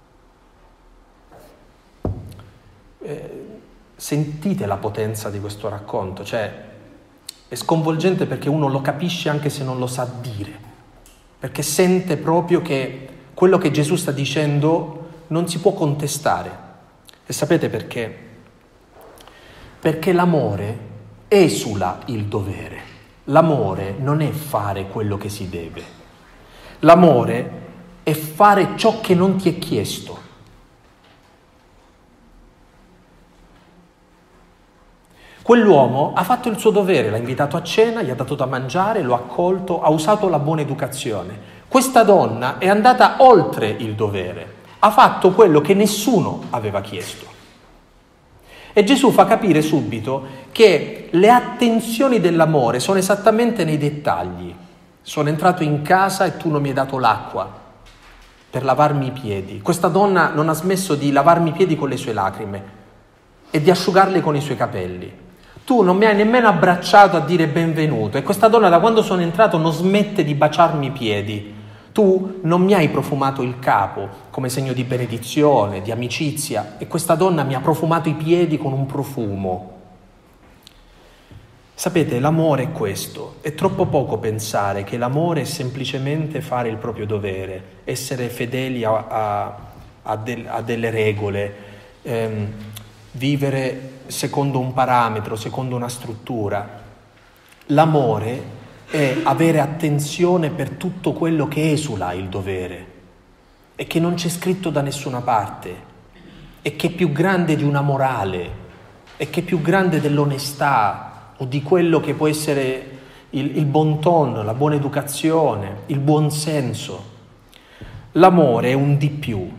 Sentite la potenza di questo racconto, cioè è sconvolgente perché uno lo capisce anche se non lo sa dire, perché sente proprio che quello che Gesù sta dicendo non si può contestare. E sapete perché? Perché l'amore esula il dovere. L'amore non è fare quello che si deve. L'amore è fare ciò che non ti è chiesto. Quell'uomo ha fatto il suo dovere, l'ha invitato a cena, gli ha dato da mangiare, lo ha accolto, ha usato la buona educazione. Questa donna è andata oltre il dovere, ha fatto quello che nessuno aveva chiesto. E Gesù fa capire subito che le attenzioni dell'amore sono esattamente nei dettagli. Sono entrato in casa e tu non mi hai dato l'acqua per lavarmi i piedi. Questa donna non ha smesso di lavarmi i piedi con le sue lacrime e di asciugarli con i suoi capelli. Tu non mi hai nemmeno abbracciato a dire benvenuto e questa donna da quando sono entrato non smette di baciarmi i piedi. Tu non mi hai profumato il capo come segno di benedizione, di amicizia e questa donna mi ha profumato i piedi con un profumo. Sapete, l'amore è questo. È troppo poco pensare che l'amore è semplicemente fare il proprio dovere, essere fedeli a delle regole, vivere secondo un parametro, secondo una struttura. L'amore è avere attenzione per tutto quello che esula il dovere e che non c'è scritto da nessuna parte e che è più grande di una morale e che è più grande dell'onestà o di quello che può essere il bon ton, la buona educazione, il buon senso. L'amore è un di più.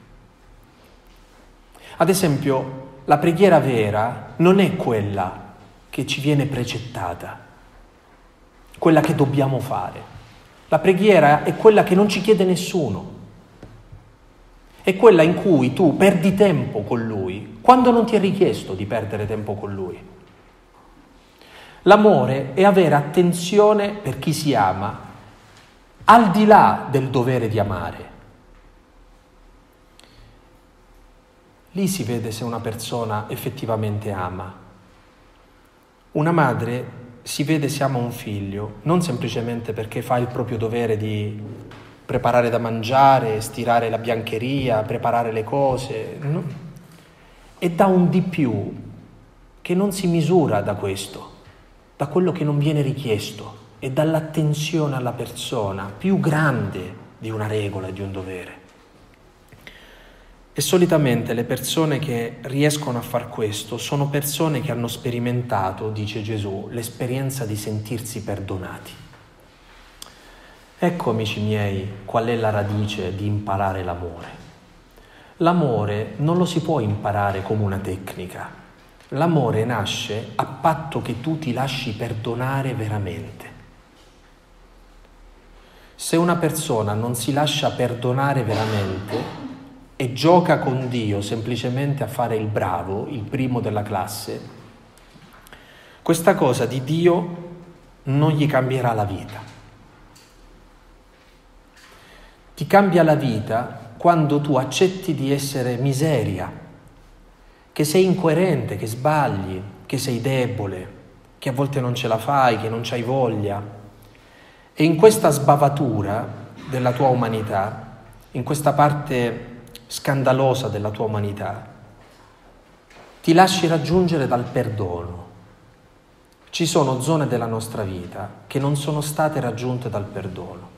Ad esempio, la preghiera vera non è quella che ci viene precettata, quella che dobbiamo fare. La preghiera è quella che non ci chiede nessuno. È quella in cui tu perdi tempo con Lui, quando non ti è richiesto di perdere tempo con Lui. L'amore è avere attenzione per chi si ama, al di là del dovere di amare. Lì si vede se una persona effettivamente ama. Una madre si vede se ama un figlio, non semplicemente perché fa il proprio dovere di preparare da mangiare, stirare la biancheria, preparare le cose, no? E dà un di più che non si misura da questo, da quello che non viene richiesto e dall'attenzione alla persona più grande di una regola, di un dovere. E solitamente le persone che riescono a far questo sono persone che hanno sperimentato, dice Gesù, l'esperienza di sentirsi perdonati. Ecco, amici miei, qual è la radice di imparare l'amore. L'amore non lo si può imparare come una tecnica. L'amore nasce a patto che tu ti lasci perdonare veramente. Se una persona non si lascia perdonare veramente e gioca con Dio semplicemente a fare il bravo, il primo della classe, questa cosa di Dio non gli cambierà la vita. Ti cambia la vita quando tu accetti di essere miseria, che sei incoerente, che sbagli, che sei debole, che a volte non ce la fai, che non c'hai voglia. E in questa sbavatura della tua umanità, in questa parte scandalosa della tua umanità, ti lasci raggiungere dal perdono. Ci sono zone della nostra vita che non sono state raggiunte dal perdono.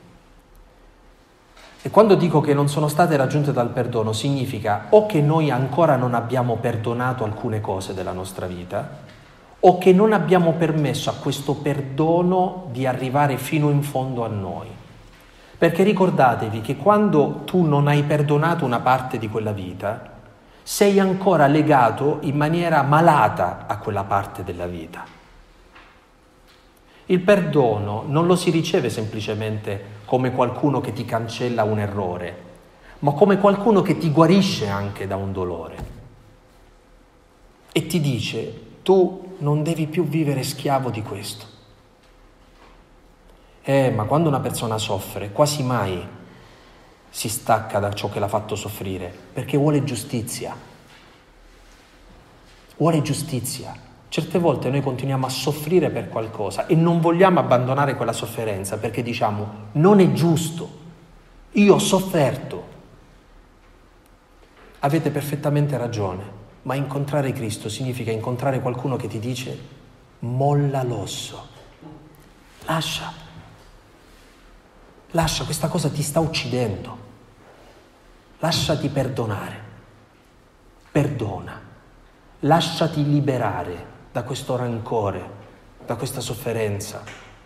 E quando dico che non sono state raggiunte dal perdono, significa o che noi ancora non abbiamo perdonato alcune cose della nostra vita, o che non abbiamo permesso a questo perdono di arrivare fino in fondo a noi. Perché ricordatevi che quando tu non hai perdonato una parte di quella vita, sei ancora legato in maniera malata a quella parte della vita. Il perdono non lo si riceve semplicemente come qualcuno che ti cancella un errore, ma come qualcuno che ti guarisce anche da un dolore. E ti dice, tu non devi più vivere schiavo di questo. Ma quando una persona soffre, quasi mai si stacca da ciò che l'ha fatto soffrire, perché vuole giustizia. Vuole giustizia. Certe volte noi continuiamo a soffrire per qualcosa e non vogliamo abbandonare quella sofferenza perché diciamo, non è giusto, io ho sofferto. Avete perfettamente ragione, ma incontrare Cristo significa incontrare qualcuno che ti dice, molla l'osso, lascia, questa cosa ti sta uccidendo, lasciati perdonare, perdona, lasciati liberare da questo rancore, da questa sofferenza.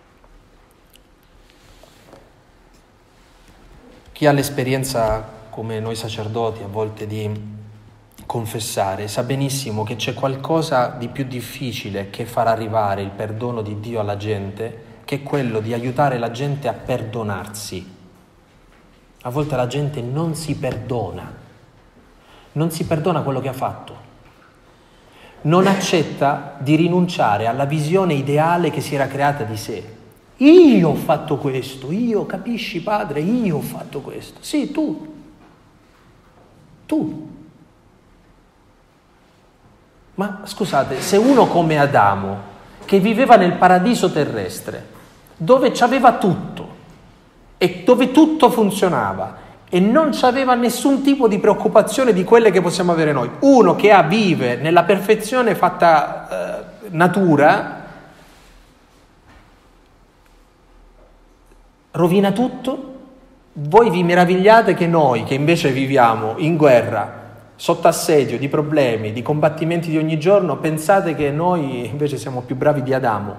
Chi ha l'esperienza, come noi sacerdoti, a volte di confessare, sa benissimo che c'è qualcosa di più difficile che far arrivare il perdono di Dio alla gente, che è quello di aiutare la gente a perdonarsi. A volte la gente non si perdona quello che ha fatto. Non accetta di rinunciare alla visione ideale che si era creata di sé. Io ho fatto questo, capisci padre, io ho fatto questo. Sì, tu. Ma scusate, se uno come Adamo, che viveva nel paradiso terrestre, dove c'aveva tutto e dove tutto funzionava, e non c'aveva nessun tipo di preoccupazione di quelle che possiamo avere noi. Uno che vive nella perfezione fatta natura, rovina tutto. Voi vi meravigliate che noi, che invece viviamo in guerra, sotto assedio di problemi, di combattimenti di ogni giorno, pensate che noi invece siamo più bravi di Adamo.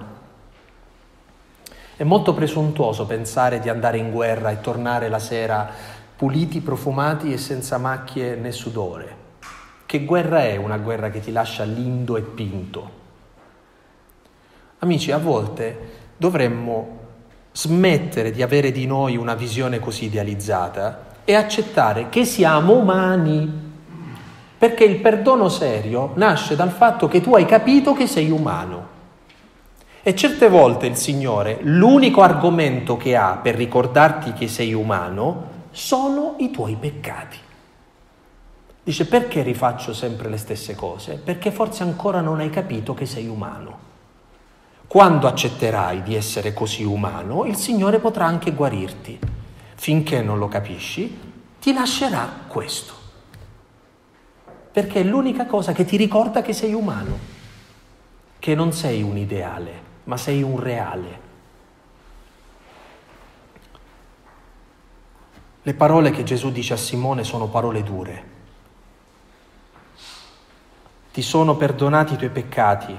È molto presuntuoso pensare di andare in guerra e tornare la sera puliti, profumati e senza macchie né sudore. Che guerra è una guerra che ti lascia lindo e pinto? Amici, a volte dovremmo smettere di avere di noi una visione così idealizzata e accettare che siamo umani, perché il perdono serio nasce dal fatto che tu hai capito che sei umano. E certe volte il Signore, l'unico argomento che ha per ricordarti che sei umano sono i tuoi peccati. Dice, perché rifaccio sempre le stesse cose? Perché forse ancora non hai capito che sei umano. Quando accetterai di essere così umano, il Signore potrà anche guarirti. Finché non lo capisci, ti lascerà questo. Perché è l'unica cosa che ti ricorda che sei umano, che non sei un ideale, ma sei un reale. Le parole che Gesù dice a Simone sono parole dure. Ti sono perdonati i tuoi peccati.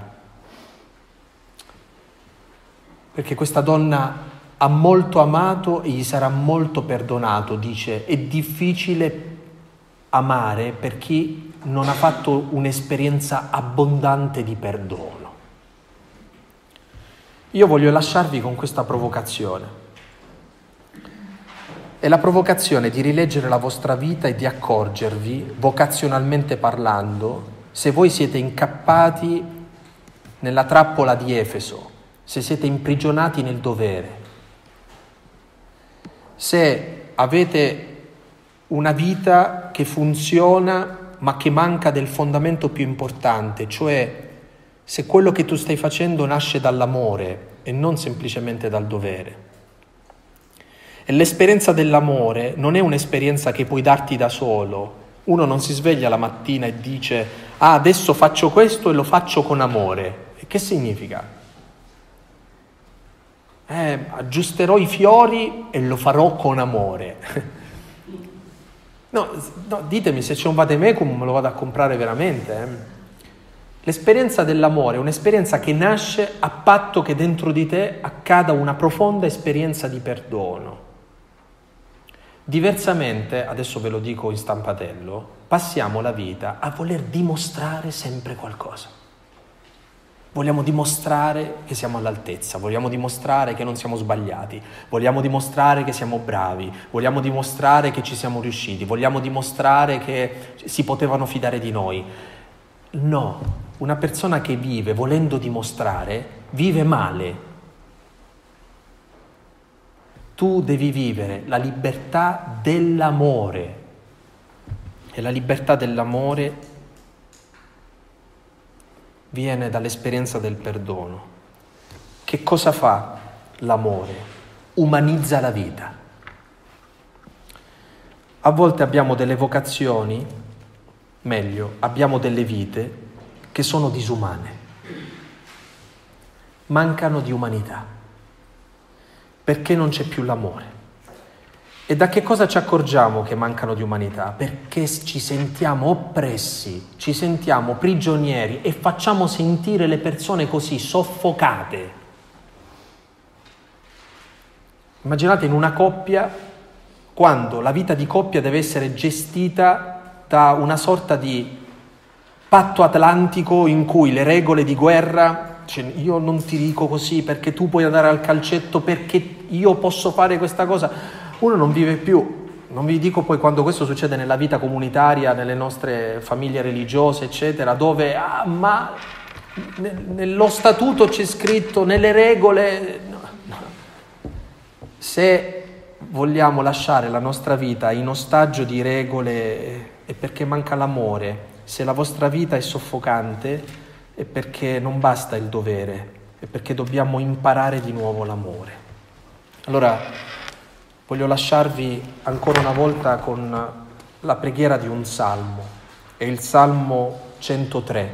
Perché questa donna ha molto amato e gli sarà molto perdonato, dice. È difficile amare per chi non ha fatto un'esperienza abbondante di perdono. Io voglio lasciarvi con questa provocazione. È la provocazione di rileggere la vostra vita e di accorgervi, vocazionalmente parlando, se voi siete incappati nella trappola di Efeso, se siete imprigionati nel dovere, se avete una vita che funziona ma che manca del fondamento più importante, cioè se quello che tu stai facendo nasce dall'amore e non semplicemente dal dovere. E l'esperienza dell'amore non è un'esperienza che puoi darti da solo. Uno non si sveglia la mattina e dice adesso faccio questo e lo faccio con amore. E che significa? Aggiusterò i fiori e lo farò con amore. No, ditemi se c'è un vademecum me lo vado a comprare veramente. L'esperienza dell'amore è un'esperienza che nasce a patto che dentro di te accada una profonda esperienza di perdono. Diversamente, adesso ve lo dico in stampatello, passiamo la vita a voler dimostrare sempre qualcosa. Vogliamo dimostrare che siamo all'altezza, vogliamo dimostrare che non siamo sbagliati, vogliamo dimostrare che siamo bravi, vogliamo dimostrare che ci siamo riusciti, vogliamo dimostrare che si potevano fidare di noi. No, una persona che vive volendo dimostrare, vive male. Tu devi vivere la libertà dell'amore. E la libertà dell'amore viene dall'esperienza del perdono. Che cosa fa l'amore? Umanizza la vita. A volte abbiamo delle vocazioni, meglio, abbiamo delle vite che sono disumane, mancano di umanità, perché non c'è più l'amore. E da che cosa ci accorgiamo che mancano di umanità? Perché ci sentiamo oppressi, ci sentiamo prigionieri e facciamo sentire le persone così soffocate. Immaginate in una coppia, quando la vita di coppia deve essere gestita da una sorta di patto atlantico in cui le regole di guerra, cioè io non ti dico così perché tu puoi andare al calcetto, perché io posso fare questa cosa. Uno non vive più. Non vi dico poi quando questo succede nella vita comunitaria, nelle nostre famiglie religiose, eccetera, dove ma nello statuto c'è scritto, nelle regole. No. Se vogliamo lasciare la nostra vita in ostaggio di regole è perché manca l'amore. Se la vostra vita è soffocante è perché non basta il dovere, è perché dobbiamo imparare di nuovo l'amore. Allora, voglio lasciarvi ancora una volta con la preghiera di un salmo, è il Salmo 103.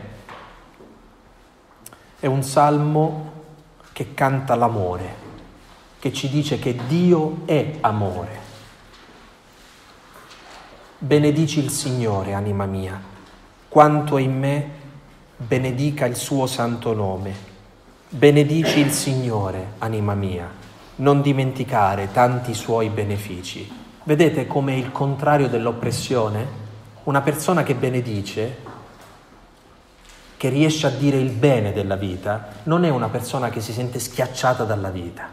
È un salmo che canta l'amore, che ci dice che Dio è amore. Benedici il Signore, anima mia, quanto è in me, benedica il suo santo nome. Benedici il Signore, anima mia, non dimenticare tanti suoi benefici. Vedete come è il contrario dell'oppressione? Una persona che benedice, che riesce a dire il bene della vita, non è una persona che si sente schiacciata dalla vita.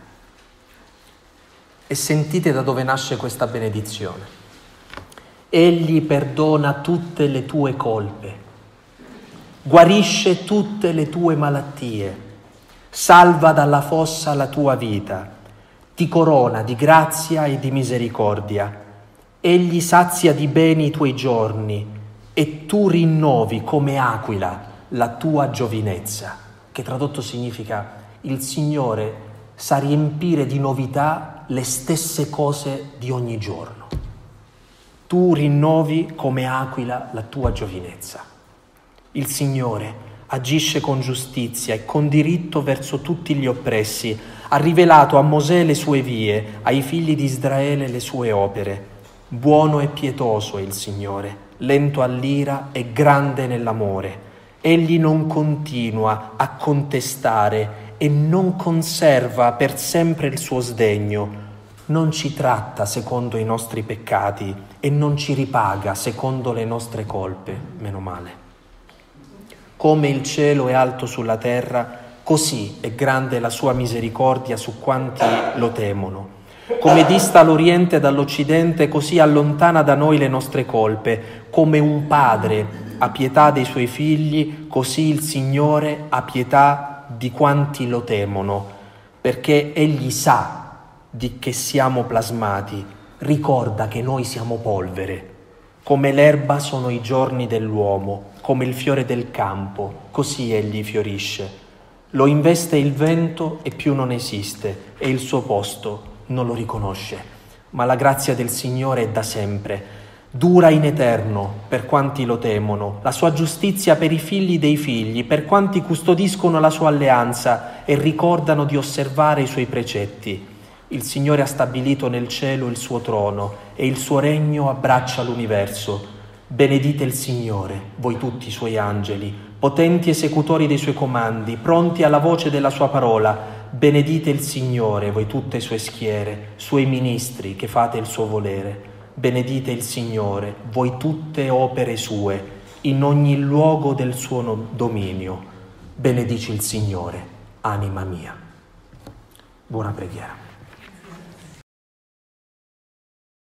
E sentite da dove nasce questa benedizione. Egli perdona tutte le tue colpe, guarisce tutte le tue malattie, salva dalla fossa la tua vita, ti corona di grazia e di misericordia. Egli sazia di beni i tuoi giorni e tu rinnovi come aquila la tua giovinezza, che tradotto significa il Signore sa riempire di novità le stesse cose di ogni giorno. Tu rinnovi come aquila la tua giovinezza. Il Signore agisce con giustizia e con diritto verso tutti gli oppressi. Ha rivelato a Mosè le sue vie, ai figli di Israele le sue opere. Buono e pietoso è il Signore, lento all'ira e grande nell'amore. Egli non continua a contestare e non conserva per sempre il suo sdegno. Non ci tratta secondo i nostri peccati e non ci ripaga secondo le nostre colpe, meno male. Come il cielo è alto sulla terra, così è grande la sua misericordia su quanti lo temono. Come dista l'Oriente dall'Occidente, così allontana da noi le nostre colpe. Come un padre ha pietà dei suoi figli, così il Signore ha pietà di quanti lo temono, perché Egli sa di che siamo plasmati ricorda che noi siamo polvere. Come l'erba sono i giorni dell'uomo, come il fiore del campo, così egli fiorisce. Lo investe il vento e più non esiste, e il suo posto non lo riconosce. Ma la grazia del Signore è da sempre, dura in eterno per quanti lo temono, la sua giustizia per i figli dei figli, per quanti custodiscono la sua alleanza e ricordano di osservare i suoi precetti. Il Signore ha stabilito nel cielo il suo trono e il suo regno abbraccia l'universo. Benedite il Signore, voi tutti i suoi angeli, potenti esecutori dei suoi comandi, pronti alla voce della sua parola. Benedite il Signore, voi tutte le sue schiere, suoi ministri che fate il suo volere. Benedite il Signore, voi tutte opere sue, in ogni luogo del suo dominio. Benedici il Signore, anima mia. Buona preghiera.